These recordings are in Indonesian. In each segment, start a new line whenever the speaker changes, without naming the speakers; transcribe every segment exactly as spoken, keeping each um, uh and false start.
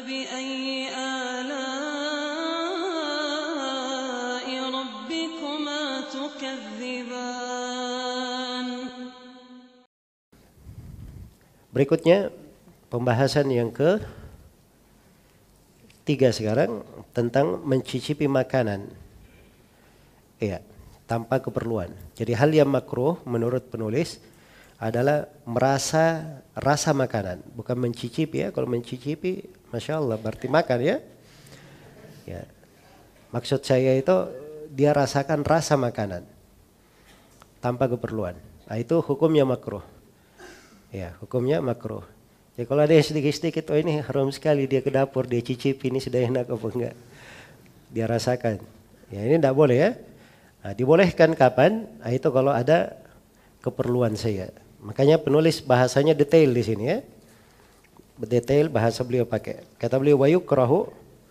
فبأي آلاء ربكما تكذبان.
Berikutnya pembahasan yang ke tiga sekarang tentang mencicipi makanan. Iya, tanpa keperluan. Jadi hal yang makruh menurut penulis adalah merasa rasa makanan, bukan mencicipi ya. Kalau mencicipi, masya Allah berarti makan ya. Ya, maksud saya itu dia rasakan rasa makanan tanpa keperluan. Nah, itu hukumnya makruh. Ya, hukumnya makruh. Ya kalau ada yang sedikit-sedikit, oh ini haram sekali, dia ke dapur, dia cicipi, ini sudah enak apa enggak, dia rasakan. Ya ini tidak boleh ya. Nah, dibolehkan kapan? Nah, itu kalau ada keperluan saya. Makanya penulis bahasanya detail di sini ya. Detail bahasa beliau pakai. Kata beliau wa yukrahu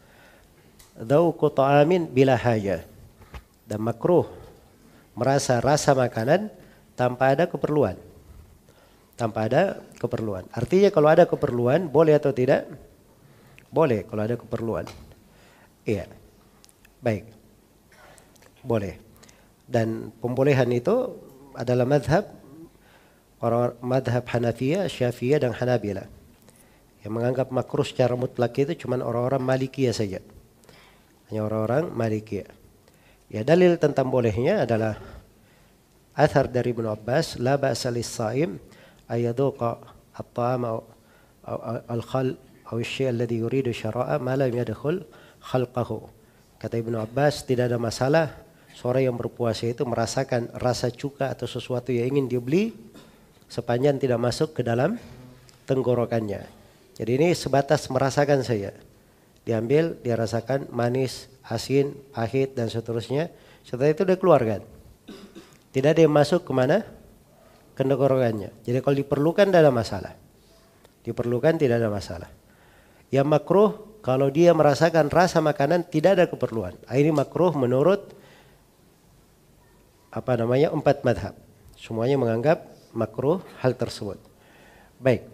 dzauqu ta'amin bila haja. Dan makruh merasa rasa makanan tanpa ada keperluan. Tanpa ada keperluan. Artinya kalau ada keperluan boleh atau tidak? Boleh kalau ada keperluan. Iya. Baik. Boleh. Dan pembolehan itu adalah madhab orang madhab Hanafiyah, Syafi'iyah dan Hanabila. Yang menganggap makruh secara mutlak itu cuma orang-orang Malikiyah saja. Hanya orang-orang Malikiyah. Ya dalil tentang bolehnya adalah athar dari Ibnu Abbas, la ba'sa lis-sha'im ayaduqa at-ta'ama al-khal atau syai' alladhi yuridu syara'a ma lam yadkhul khalqahu. Kata Ibnu Abbas, tidak ada masalah seorang yang berpuasa itu merasakan rasa cuka atau sesuatu yang ingin dibeli sepanjang tidak masuk ke dalam tenggorokannya. Jadi ini sebatas merasakan saja. Diambil, dia rasakan manis, asin, pahit dan seterusnya. Setelah itu dia keluarkan. Tidak ada yang masuk kemana? Ke tenggorokannya. Jadi kalau diperlukan tidak ada masalah. Diperlukan tidak ada masalah. Yang makruh kalau dia merasakan rasa makanan tidak ada keperluan. Ini makruh menurut apa namanya empat madhab. Semuanya menganggap makruh hal tersebut. Baik.